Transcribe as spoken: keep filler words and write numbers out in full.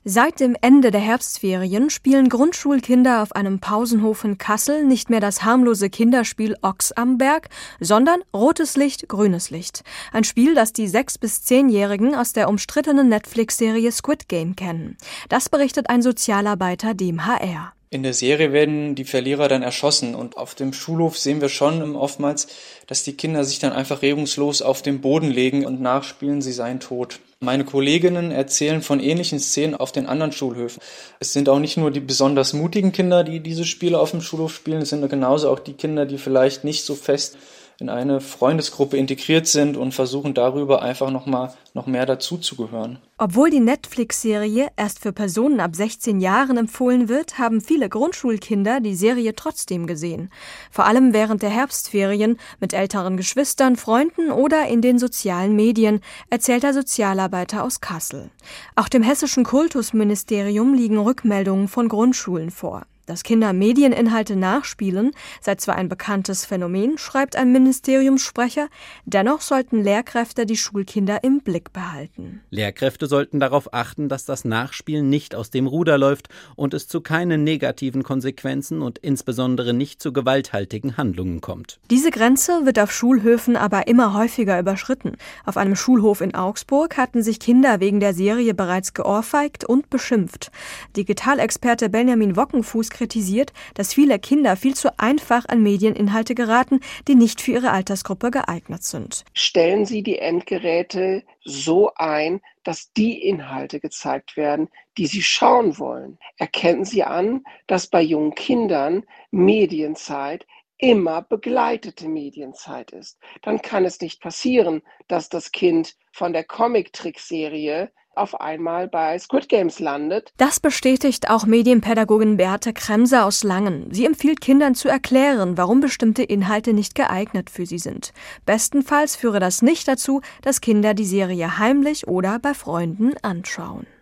Seit dem Ende der Herbstferien spielen Grundschulkinder auf einem Pausenhof in Kassel nicht mehr das harmlose Kinderspiel Ochs am Berg, sondern Rotes Licht, grünes Licht. Ein Spiel, das die sechs- bis zehnjährigen aus der umstrittenen Netflix-Serie Squid Game kennen. Das berichtet ein Sozialarbeiter dem H R. In der Serie werden die Verlierer dann erschossen und auf dem Schulhof sehen wir schon oftmals, dass die Kinder sich dann einfach regungslos auf den Boden legen und nachspielen, sie seien tot. Meine Kolleginnen erzählen von ähnlichen Szenen auf den anderen Schulhöfen. Es sind auch nicht nur die besonders mutigen Kinder, die diese Spiele auf dem Schulhof spielen, es sind genauso auch die Kinder, die vielleicht nicht so fest in eine Freundesgruppe integriert sind und versuchen darüber einfach noch mal noch mehr dazuzugehören. Obwohl die Netflix-Serie erst für Personen ab sechzehn Jahren empfohlen wird, haben viele Grundschulkinder die Serie trotzdem gesehen. Vor allem während der Herbstferien mit älteren Geschwistern, Freunden oder in den sozialen Medien, erzählt der Sozialarbeiter aus Kassel. Auch dem hessischen Kultusministerium liegen Rückmeldungen von Grundschulen vor. Dass Kinder Medieninhalte nachspielen, sei zwar ein bekanntes Phänomen, schreibt ein Ministeriumssprecher, dennoch sollten Lehrkräfte die Schulkinder im Blick behalten. Lehrkräfte sollten darauf achten, dass das Nachspielen nicht aus dem Ruder läuft und es zu keinen negativen Konsequenzen und insbesondere nicht zu gewalthaltigen Handlungen kommt. Diese Grenze wird auf Schulhöfen aber immer häufiger überschritten. Auf einem Schulhof in Augsburg hatten sich Kinder wegen der Serie bereits geohrfeigt und beschimpft. Digitalexperte Benjamin Wockenfuß kritisiert, dass viele Kinder viel zu einfach an Medieninhalte geraten, die nicht für ihre Altersgruppe geeignet sind. Stellen Sie die Endgeräte so ein, dass die Inhalte gezeigt werden, die Sie schauen wollen. Erkennen Sie an, dass bei jungen Kindern Medienzeit immer begleitete Medienzeit ist. Dann kann es nicht passieren, dass das Kind von der Comic-Trickserie auf einmal bei Squid Games landet. Das bestätigt auch Medienpädagogin Beate Kremser aus Langen. Sie empfiehlt Kindern zu erklären, warum bestimmte Inhalte nicht geeignet für sie sind. Bestenfalls führe das nicht dazu, dass Kinder die Serie heimlich oder bei Freunden anschauen.